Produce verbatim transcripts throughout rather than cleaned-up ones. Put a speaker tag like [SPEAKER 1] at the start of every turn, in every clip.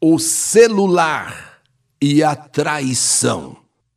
[SPEAKER 1] O celular e a traição.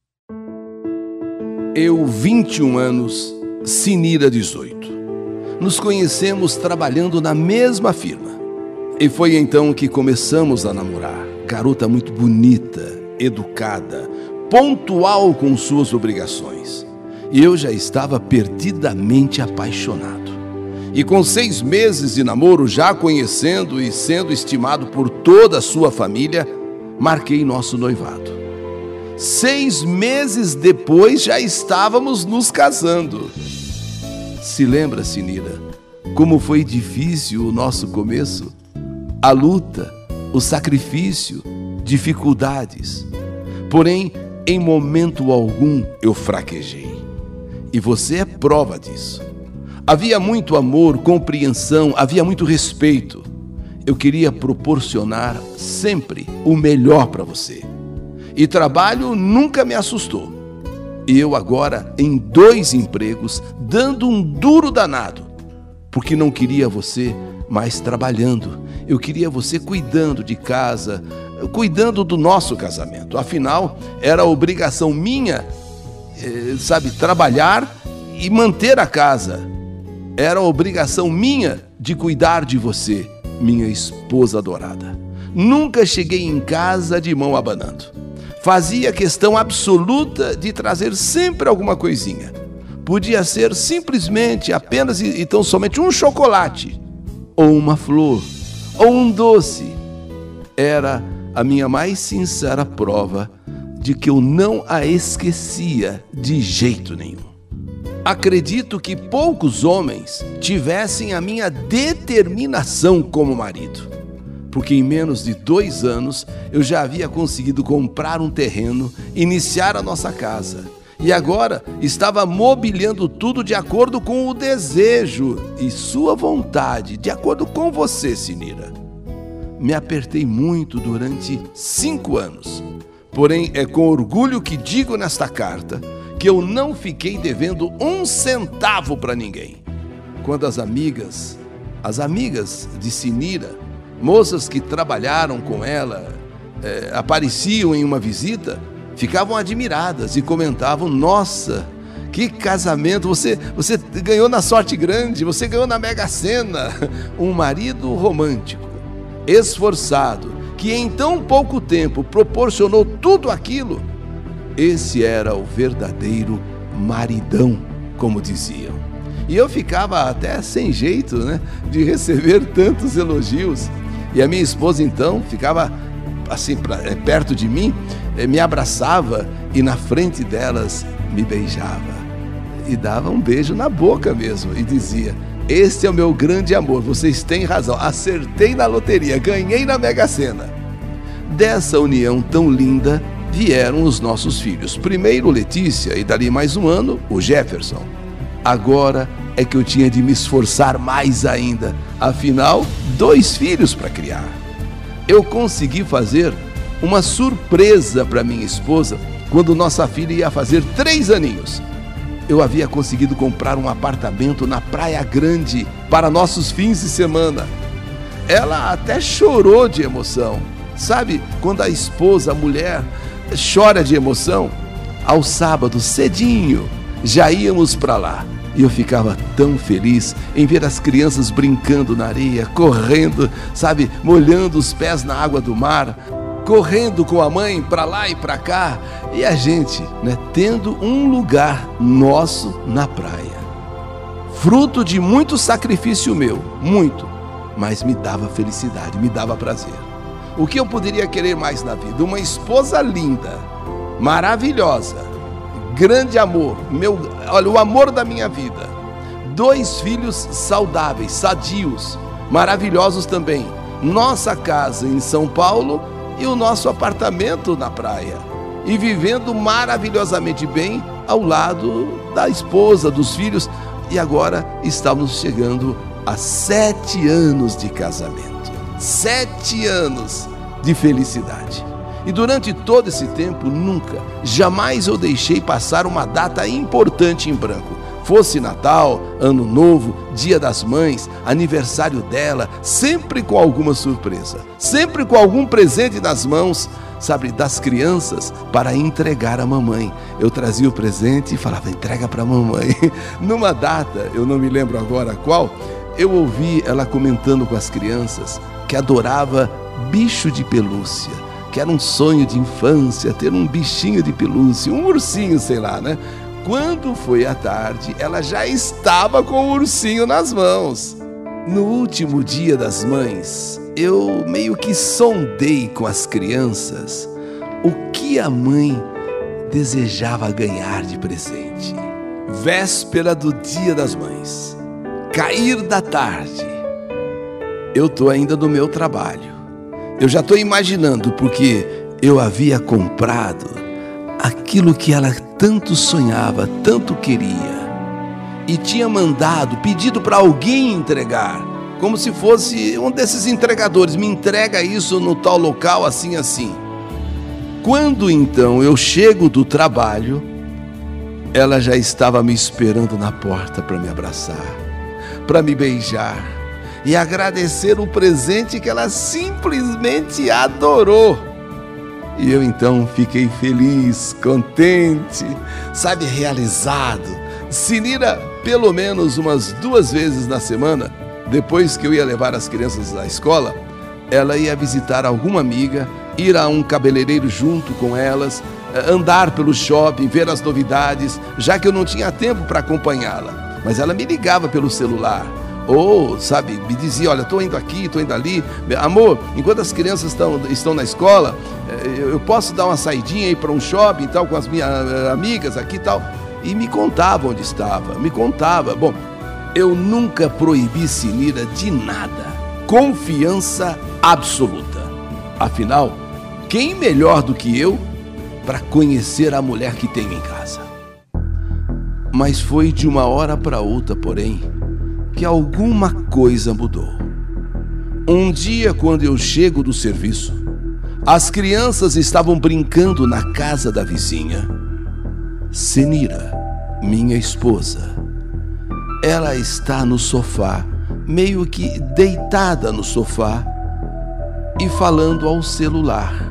[SPEAKER 1] Eu, vinte e um anos, Sinira, dezoito. Nos conhecemos trabalhando na mesma firma. E foi então que começamos a namorar. Garota muito bonita, educada, pontual com suas obrigações. E eu já estava perdidamente apaixonado. E com seis meses de namoro, já conhecendo e sendo estimado por toda a sua família, marquei nosso noivado. Seis meses depois, já estávamos nos casando. Se lembra, Sinira, como foi difícil o nosso começo? A luta, o sacrifício, dificuldades. Porém, em momento algum eu fraquejei. E você é prova disso. Havia muito amor, compreensão, havia muito respeito. Eu queria proporcionar sempre o melhor para você. E trabalho nunca me assustou. E eu agora em dois empregos, dando um duro danado. Porque não queria você mais trabalhando. Eu queria você cuidando de casa, cuidando do nosso casamento. Afinal, era obrigação minha, sabe, trabalhar e manter a casa. Era obrigação minha de cuidar de você, minha esposa adorada. Nunca cheguei em casa de mão abanando. Fazia questão absoluta de trazer sempre alguma coisinha. Podia ser simplesmente, apenas e tão somente um chocolate, ou uma flor, ou um doce. Era a minha mais sincera prova de que eu não a esquecia de jeito nenhum. Acredito que poucos homens tivessem a minha determinação como marido, porque em menos de dois anos eu já havia conseguido comprar um terreno, iniciar a nossa casa e agora estava mobiliando tudo de acordo com o desejo e sua vontade, de acordo com você, Sinira. Me apertei muito durante cinco anos, porém é com orgulho que digo nesta carta que eu não fiquei devendo um centavo para ninguém. Quando as amigas, as amigas de Sinira, moças que trabalharam com ela, é, apareciam em uma visita, ficavam admiradas e comentavam: nossa, que casamento, você, você ganhou na sorte grande, você ganhou na Mega Sena. Um marido romântico, esforçado, que em tão pouco tempo proporcionou tudo aquilo. Esse era o verdadeiro maridão, como diziam. E eu ficava até sem jeito, né, de receber tantos elogios. E a minha esposa, então, ficava assim pra, perto de mim, me abraçava e na frente delas me beijava. E dava um beijo na boca mesmo e dizia: este é o meu grande amor, vocês têm razão, acertei na loteria, ganhei na Mega Sena. Dessa união tão linda vieram os nossos filhos. Primeiro Letícia e dali mais um ano o Jefferson. Agora é que eu tinha de me esforçar mais ainda. Afinal, dois filhos para criar. Eu consegui fazer uma surpresa para minha esposa quando nossa filha ia fazer três aninhos. Eu havia conseguido comprar um apartamento na Praia Grande para nossos fins de semana. Ela até chorou de emoção. Sabe, quando a esposa, a mulher, chora de emoção? Ao sábado, cedinho, já íamos para lá. E eu ficava tão feliz em ver as crianças brincando na areia, correndo, sabe, molhando os pés na água do mar, correndo com a mãe para lá e para cá, e a gente, né, tendo um lugar nosso na praia. Fruto de muito sacrifício meu, muito, mas me dava felicidade, me dava prazer. O que eu poderia querer mais na vida? Uma esposa linda, maravilhosa, grande amor, meu, olha, o amor da minha vida. Dois filhos saudáveis, sadios, maravilhosos também. Nossa casa em São Paulo e o nosso apartamento na praia. E vivendo maravilhosamente bem ao lado da esposa, dos filhos. E agora estamos chegando a sete anos de casamento. Sete anos de felicidade. E durante todo esse tempo, nunca, jamais eu deixei passar uma data importante em branco. Fosse Natal, Ano Novo, Dia das Mães, aniversário dela, sempre com alguma surpresa, sempre com algum presente nas mãos, sabe, das crianças, para entregar à mamãe. Eu trazia o presente e falava, entrega para a mamãe. Numa data, eu não me lembro agora qual, eu ouvi ela comentando com as crianças que adorava bicho de pelúcia, que era um sonho de infância ter um bichinho de pelúcia, um ursinho, sei lá, né? Quando foi à tarde, ela já estava com o ursinho nas mãos. No último Dia das Mães, eu meio que sondei com as crianças o que a mãe desejava ganhar de presente. Véspera do Dia das Mães, cair da tarde. Eu estou ainda no meu trabalho. Eu já estou imaginando, porque eu havia comprado aquilo que ela tanto sonhava, tanto queria. E tinha mandado, pedido para alguém entregar, como se fosse um desses entregadores, me entrega isso no tal local, assim, assim. Quando então eu chego do trabalho, ela já estava me esperando na porta para me abraçar, para me beijar e agradecer o presente que ela simplesmente adorou. E eu então fiquei feliz, contente, sabe, realizado. Sinira, pelo menos umas duas vezes na semana, depois que eu ia levar as crianças à escola, ela ia visitar alguma amiga, ir a um cabeleireiro junto com elas, andar pelo shopping, ver as novidades, já que eu não tinha tempo para acompanhá-la. Mas ela me ligava pelo celular, ou, sabe, me dizia, olha, estou indo aqui, estou indo ali, amor, enquanto as crianças estão, estão na escola, eu posso dar uma saidinha aí para um shopping e tal, com as minhas amigas aqui e tal. E me contava onde estava, me contava. Bom, eu nunca proibi Sinira de nada. Confiança absoluta. Afinal, quem melhor do que eu para conhecer a mulher que tenho em casa? Mas foi de uma hora para outra, porém, que alguma coisa mudou. Um dia, quando eu chego do serviço, as crianças estavam brincando na casa da vizinha. Sinira, minha esposa, ela está no sofá, meio que deitada no sofá e falando ao celular.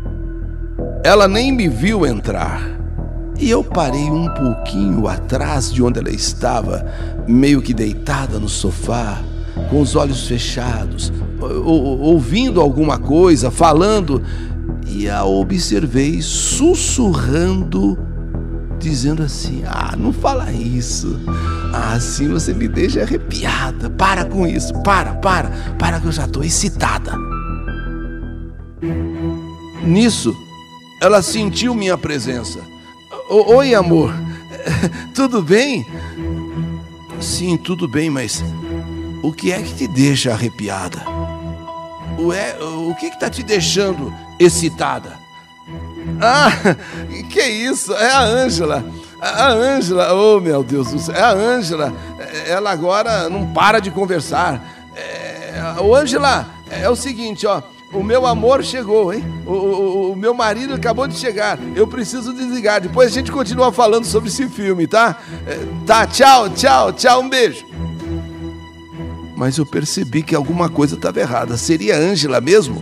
[SPEAKER 1] Ela nem me viu entrar e eu parei um pouquinho atrás de onde ela estava, meio que deitada no sofá, com os olhos fechados, ouvindo alguma coisa, falando, e a observei sussurrando, dizendo assim, ah, não fala isso, ah, assim você me deixa arrepiada, para com isso, para, para, para que eu já estou excitada. Nisso, ela sentiu minha presença. Oi, amor, tudo bem? Sim, tudo bem, mas o que é que te deixa arrepiada? Ué, o que está te deixando excitada? Ah, que isso? É a Ângela. A Ângela, oh meu Deus do céu, é a Ângela. Ela agora não para de conversar. É, ô Ângela, é o seguinte, ó. O meu amor chegou, hein? O, o, o meu marido acabou de chegar. Eu preciso desligar. Depois a gente continua falando sobre esse filme, tá? É, tá, tchau, tchau, tchau, um beijo. Mas eu percebi que alguma coisa estava errada. Seria a Ângela mesmo?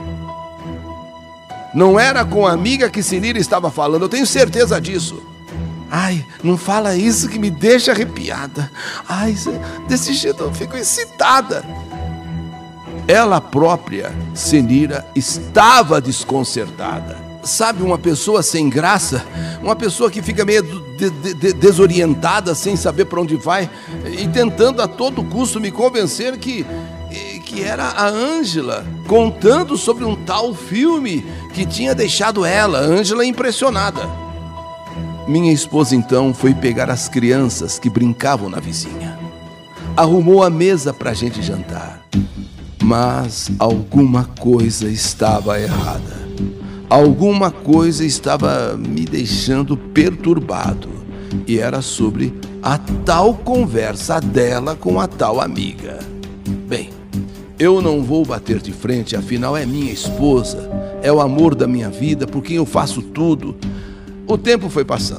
[SPEAKER 1] Não era com a amiga que Sinira estava falando, eu tenho certeza disso. Ai, não fala isso que me deixa arrepiada. Ai, desse jeito eu fico excitada. Ela própria, Sinira, estava desconcertada. Sabe, uma pessoa sem graça, uma pessoa que fica meio de, de, de, desorientada, sem saber para onde vai, e tentando a todo custo me convencer que... que era a Ângela, contando sobre um tal filme que tinha deixado ela, Ângela, impressionada. Minha esposa então foi pegar as crianças que brincavam na vizinha. Arrumou a mesa para a gente jantar. Mas alguma coisa estava errada. Alguma coisa estava me deixando perturbado. E era sobre a tal conversa dela com a tal amiga. Bem, eu não vou bater de frente, afinal é minha esposa, é o amor da minha vida, por quem eu faço tudo. O tempo foi passando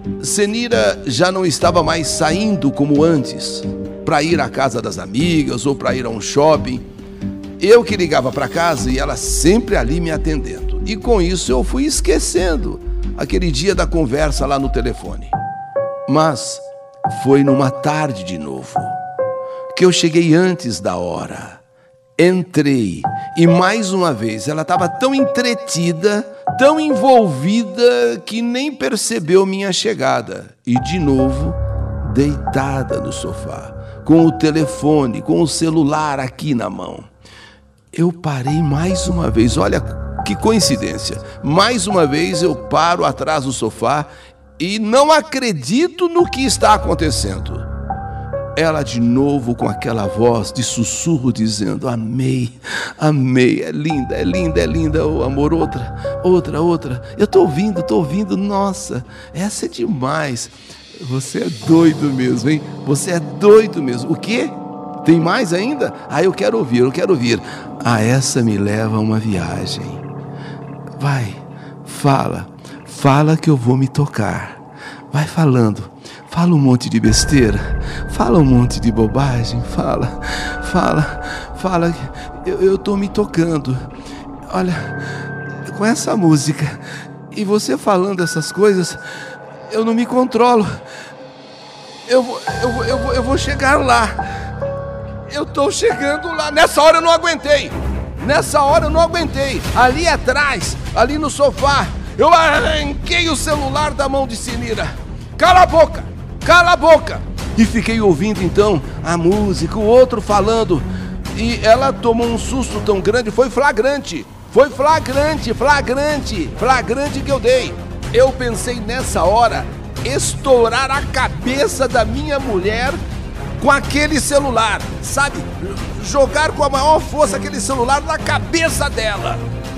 [SPEAKER 1] Senira já não estava mais saindo como antes, para ir à casa das amigas ou para ir a um shopping. Eu que ligava para casa e ela sempre ali me atendendo. E com isso eu fui esquecendo aquele dia da conversa lá no telefone. Mas foi numa tarde de novo que eu cheguei antes da hora. Entrei e mais uma vez ela estava tão entretida, tão envolvida que nem percebeu minha chegada. E de novo, deitada no sofá, com o telefone, com o celular aqui na mão. Eu parei mais uma vez, olha que coincidência. Mais uma vez eu paro atrás do sofá e não acredito no que está acontecendo. Ela de novo com aquela voz de sussurro dizendo: amei, amei, é linda, é linda, é linda, oh amor, outra, outra, outra. Eu tô ouvindo, tô ouvindo, nossa, essa é demais. Você é doido mesmo, hein? Você é doido mesmo. O quê? Tem mais ainda? Ah, eu quero ouvir, eu quero ouvir. Ah, essa me leva a uma viagem. Vai, fala, fala que eu vou me tocar. Vai falando, fala um monte de besteira, fala um monte de bobagem, fala, fala, fala. Eu, eu tô me tocando. Olha, com essa música e você falando essas coisas, eu não me controlo. Eu vou, eu vou, eu vou, eu vou chegar lá. Eu tô chegando lá. Nessa hora eu não aguentei. Nessa hora eu não aguentei. Ali atrás, ali no sofá, eu arranquei o celular da mão de Senira. Cala a boca, cala a boca. E fiquei ouvindo então a música, o outro falando. E ela tomou um susto tão grande, foi flagrante. Foi flagrante, flagrante, flagrante que eu dei. Eu pensei nessa hora estourar a cabeça da minha mulher com aquele celular, sabe? Jogar com a maior força aquele celular na cabeça dela.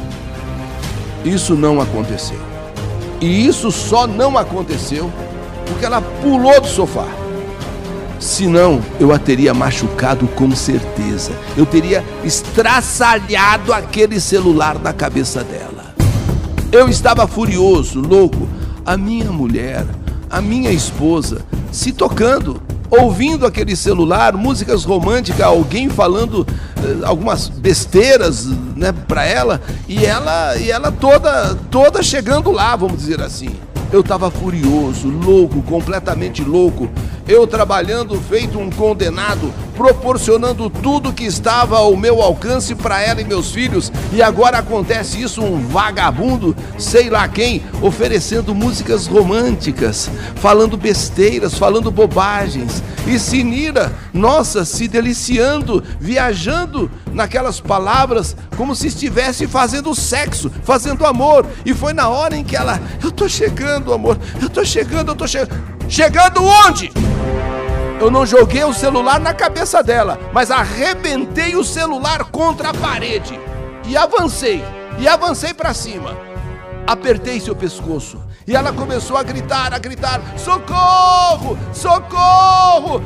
[SPEAKER 1] Isso não aconteceu. E isso só não aconteceu porque ela pulou do sofá. Senão eu a teria machucado com certeza. Eu teria estraçalhado aquele celular na cabeça dela. Eu estava furioso, louco. A minha mulher, a minha esposa, se tocando, ouvindo aquele celular, músicas românticas, alguém falando uh, algumas besteiras, né, para ela, e ela, e ela toda, toda chegando lá, vamos dizer assim. Eu estava furioso, louco, completamente louco. Eu trabalhando feito um condenado, proporcionando tudo que estava ao meu alcance para ela e meus filhos. E agora acontece isso, um vagabundo, sei lá quem, oferecendo músicas românticas, falando besteiras, falando bobagens. E Senira, nossa, se deliciando, viajando naquelas palavras, como se estivesse fazendo sexo, fazendo amor. E foi na hora em que ela, eu tô chegando, amor, eu tô chegando, eu tô chegando. Chegando onde? Eu não joguei o celular na cabeça dela, mas arrebentei o celular contra a parede. E avancei, e avancei para cima. Apertei seu pescoço. E ela começou a gritar, a gritar: socorro, socorro,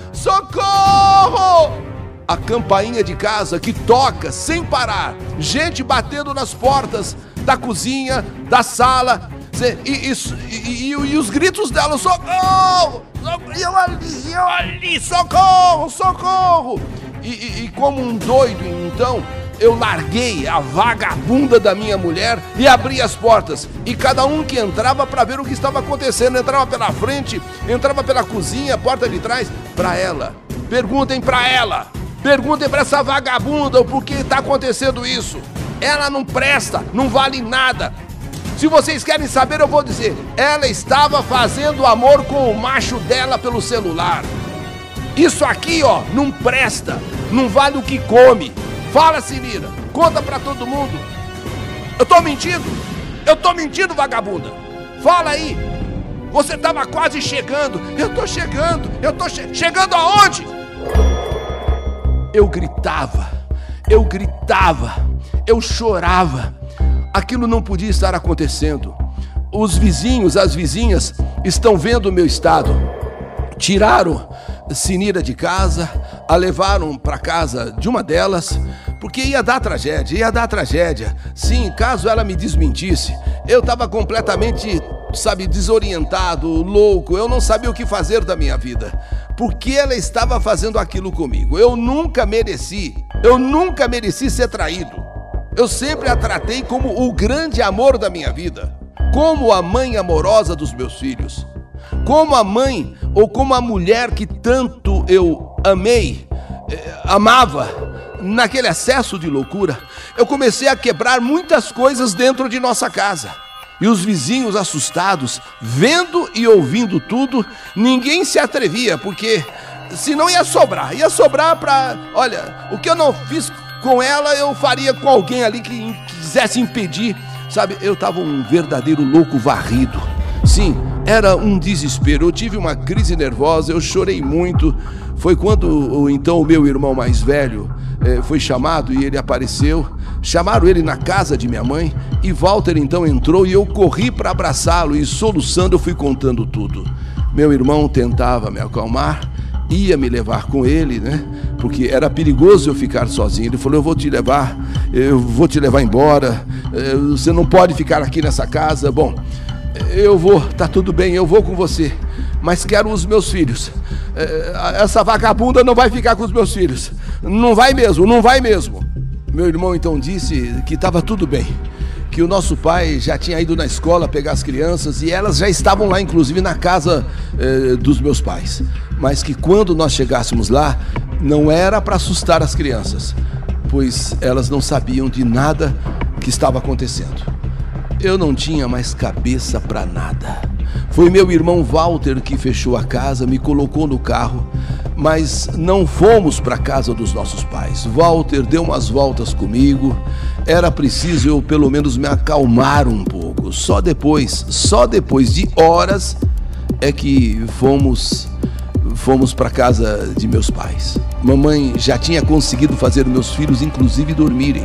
[SPEAKER 1] socorro! A campainha de casa que toca sem parar. Gente batendo nas portas da cozinha, da sala. E, e, e, e, e os gritos dela: socorro! E eu ali, eu ali, socorro, socorro! E, e, e como um doido, então, eu larguei a vagabunda da minha mulher e abri as portas. E cada um que entrava para ver o que estava acontecendo, entrava pela frente, entrava pela cozinha, porta de trás, para ela. Perguntem para ela, perguntem para essa vagabunda o porquê está acontecendo isso. Ela não presta, não vale nada. Se vocês querem saber, eu vou dizer: ela estava fazendo amor com o macho dela pelo celular. Isso aqui, ó, não presta, não vale o que come. Fala, Senira, conta pra todo mundo. Eu tô mentindo? Eu tô mentindo, vagabunda? Fala aí. Você tava quase chegando. Eu tô chegando, eu tô che... chegando aonde? Eu gritava, eu gritava, eu chorava. Aquilo não podia estar acontecendo. Os vizinhos, as vizinhas estão vendo o meu estado. Tiraram Senira de casa, a levaram para casa de uma delas, porque ia dar tragédia, ia dar tragédia. Sim, caso ela me desmentisse, eu estava completamente, sabe, desorientado, louco. Eu não sabia o que fazer da minha vida. Por que ela estava fazendo aquilo comigo? Eu nunca mereci, eu nunca mereci ser traído. Eu sempre a tratei como o grande amor da minha vida, como a mãe amorosa dos meus filhos, como a mãe ou como a mulher que tanto eu amei, eh, amava. Naquele excesso de loucura, eu comecei a quebrar muitas coisas dentro de nossa casa. E os vizinhos assustados, vendo e ouvindo tudo, ninguém se atrevia, porque senão ia sobrar, ia sobrar para... Olha, o que eu não fiz com ela, eu faria com alguém ali que quisesse impedir, sabe? Eu estava um verdadeiro louco varrido. Sim, era um desespero. Eu tive uma crise nervosa, eu chorei muito. Foi quando então o meu irmão mais velho eh, foi chamado e ele apareceu. Chamaram ele na casa de minha mãe e Walter então entrou e eu corri para abraçá-lo e soluçando eu fui contando tudo. Meu irmão tentava me acalmar, ia me levar com ele, né? Porque era perigoso eu ficar sozinho. Ele falou: eu vou te levar, eu vou te levar embora, você não pode ficar aqui nessa casa. Bom, eu vou, tá tudo bem, eu vou com você, mas quero os meus filhos. Essa vagabunda não vai ficar com os meus filhos. Não vai mesmo, não vai mesmo. Meu irmão então disse que estava tudo bem, que o nosso pai já tinha ido na escola pegar as crianças e elas já estavam lá, inclusive na casa eh, dos meus pais, mas que quando nós chegássemos lá, não era para assustar as crianças, pois elas não sabiam de nada que estava acontecendo. Eu não tinha mais cabeça para nada. Foi meu irmão Walter que fechou a casa, me colocou no carro, mas não fomos para a casa dos nossos pais. Walter deu umas voltas comigo, era preciso eu pelo menos me acalmar um pouco. Só depois, só depois de horas é que fomos, fomos para a casa de meus pais. Mamãe já tinha conseguido fazer meus filhos inclusive dormirem.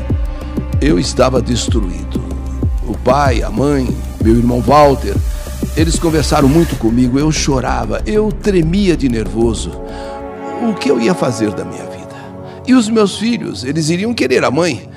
[SPEAKER 1] Eu estava destruído. O pai, a mãe, meu irmão Walter, eles conversaram muito comigo, eu chorava, eu tremia de nervoso. O que eu ia fazer da minha vida? E os meus filhos, eles iriam querer a mãe?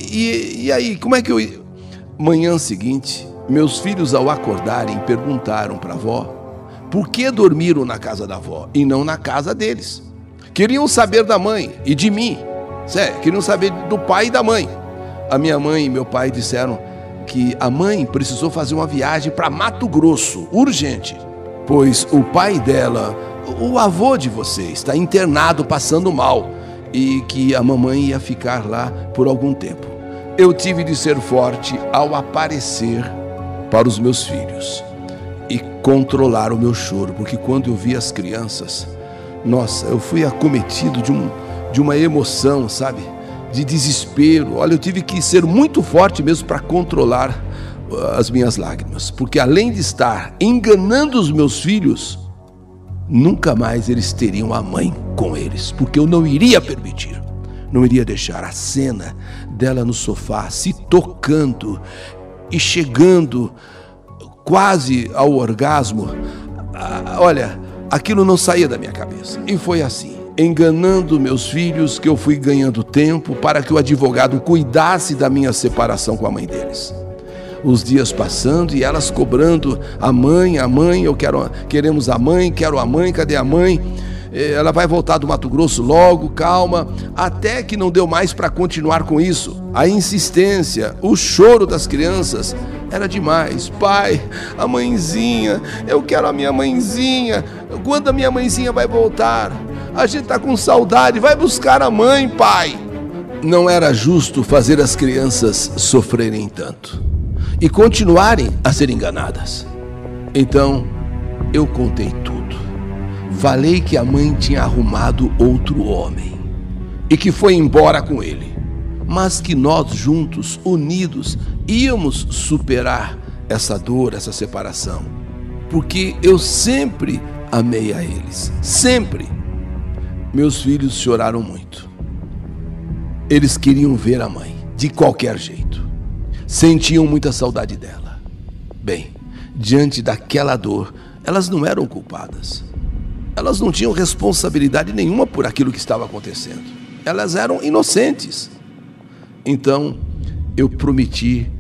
[SPEAKER 1] E, e aí, como é que eu ia? Manhã seguinte, meus filhos ao acordarem perguntaram para a avó por que dormiram na casa da avó e não na casa deles. Queriam saber da mãe e de mim, sério, queriam saber do pai e da mãe. A minha mãe e meu pai disseram que a mãe precisou fazer uma viagem para Mato Grosso, urgente, pois o pai dela, o avô de vocês, está internado passando mal e que a mamãe ia ficar lá por algum tempo. Eu tive de ser forte ao aparecer para os meus filhos e controlar o meu choro, porque quando eu vi as crianças, nossa, eu fui acometido de, um, de uma emoção, sabe? De desespero. Olha, eu tive que ser muito forte mesmo para controlar as minhas lágrimas, porque além de estar enganando os meus filhos, nunca mais eles teriam a mãe com eles, porque eu não iria permitir, não iria deixar a cena dela no sofá, se tocando e chegando quase ao orgasmo. Olha, aquilo não saía da minha cabeça, e foi assim, enganando meus filhos, que eu fui ganhando tempo para que o advogado cuidasse da minha separação com a mãe deles. Os dias passando e elas cobrando a mãe, a mãe, eu quero, queremos a mãe, quero a mãe, cadê a mãe? Ela vai voltar do Mato Grosso logo, calma, até que não deu mais para continuar com isso. A insistência, o choro das crianças era demais. Pai, a mãezinha, eu quero a minha mãezinha, quando a minha mãezinha vai voltar? A gente tá com saudade, vai buscar a mãe, pai. Não era justo fazer as crianças sofrerem tanto e continuarem a ser enganadas. Então, eu contei tudo. Falei que a mãe tinha arrumado outro homem e que foi embora com ele, mas que nós juntos, unidos, íamos superar essa dor, essa separação, porque eu sempre amei a eles, sempre. Meus filhos choraram muito. Eles queriam ver a mãe, de qualquer jeito. Sentiam muita saudade dela. Bem, diante daquela dor, elas não eram culpadas. Elas não tinham responsabilidade nenhuma por aquilo que estava acontecendo. Elas eram inocentes. Então, eu prometi,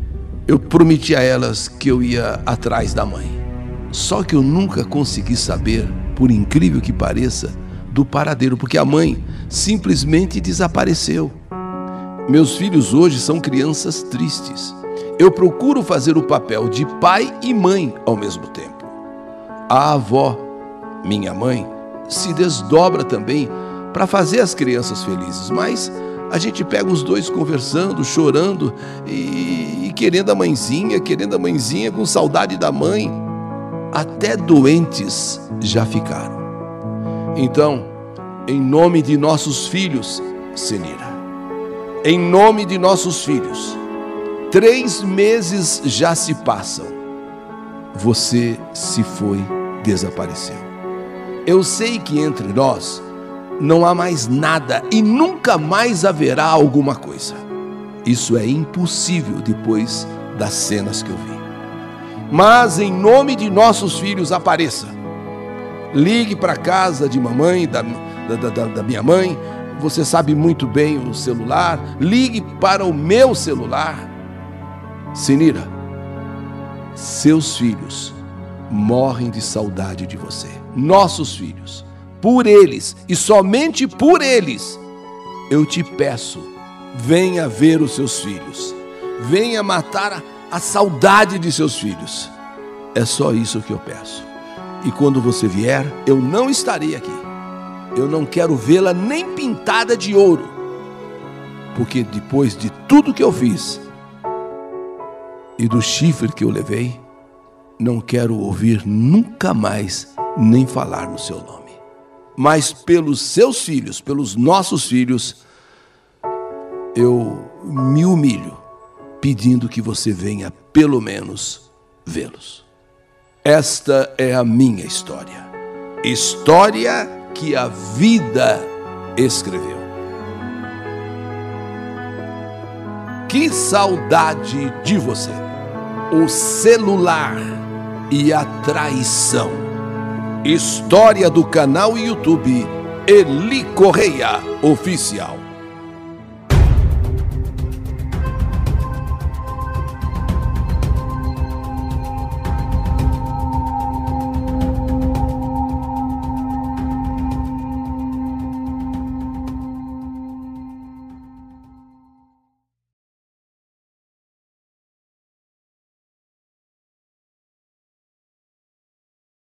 [SPEAKER 1] eu prometi a elas que eu ia atrás da mãe. Só que eu nunca consegui saber, por incrível que pareça, do paradeiro, porque a mãe simplesmente desapareceu. Meus filhos hoje são crianças tristes. Eu procuro fazer o papel de pai e mãe ao mesmo tempo. A avó, minha mãe, se desdobra também para fazer as crianças felizes, mas a gente pega os dois conversando, chorando e, e querendo a mãezinha, querendo a mãezinha, com saudade da mãe. Até doentes já ficaram. Então, em nome de nossos filhos, Senira, em nome de nossos filhos, três meses já se passam. Você se foi, desapareceu. Eu sei que entre nós não há mais nada e nunca mais haverá alguma coisa. Isso é impossível depois das cenas que eu vi. Mas em nome de nossos filhos, apareça. Ligue para a casa de mamãe, da, da, da, da minha mãe. Você sabe muito bem o celular. Ligue para o meu celular. Senira, seus filhos morrem de saudade de você. Nossos filhos, por eles e somente por eles, eu te peço, venha ver os seus filhos. Venha matar a, a saudade de seus filhos. É só isso que eu peço. E quando você vier, eu não estarei aqui. Eu não quero vê-la nem pintada de ouro, porque depois de tudo que eu fiz e do chifre que eu levei, não quero ouvir nunca mais nem falar no seu nome. Mas pelos seus filhos, pelos nossos filhos, eu me humilho, pedindo que você venha pelo menos vê-los. Esta é a minha história. História que a vida escreveu. Que saudade de você. O celular e a traição. História do canal YouTube Eli Correia Oficial.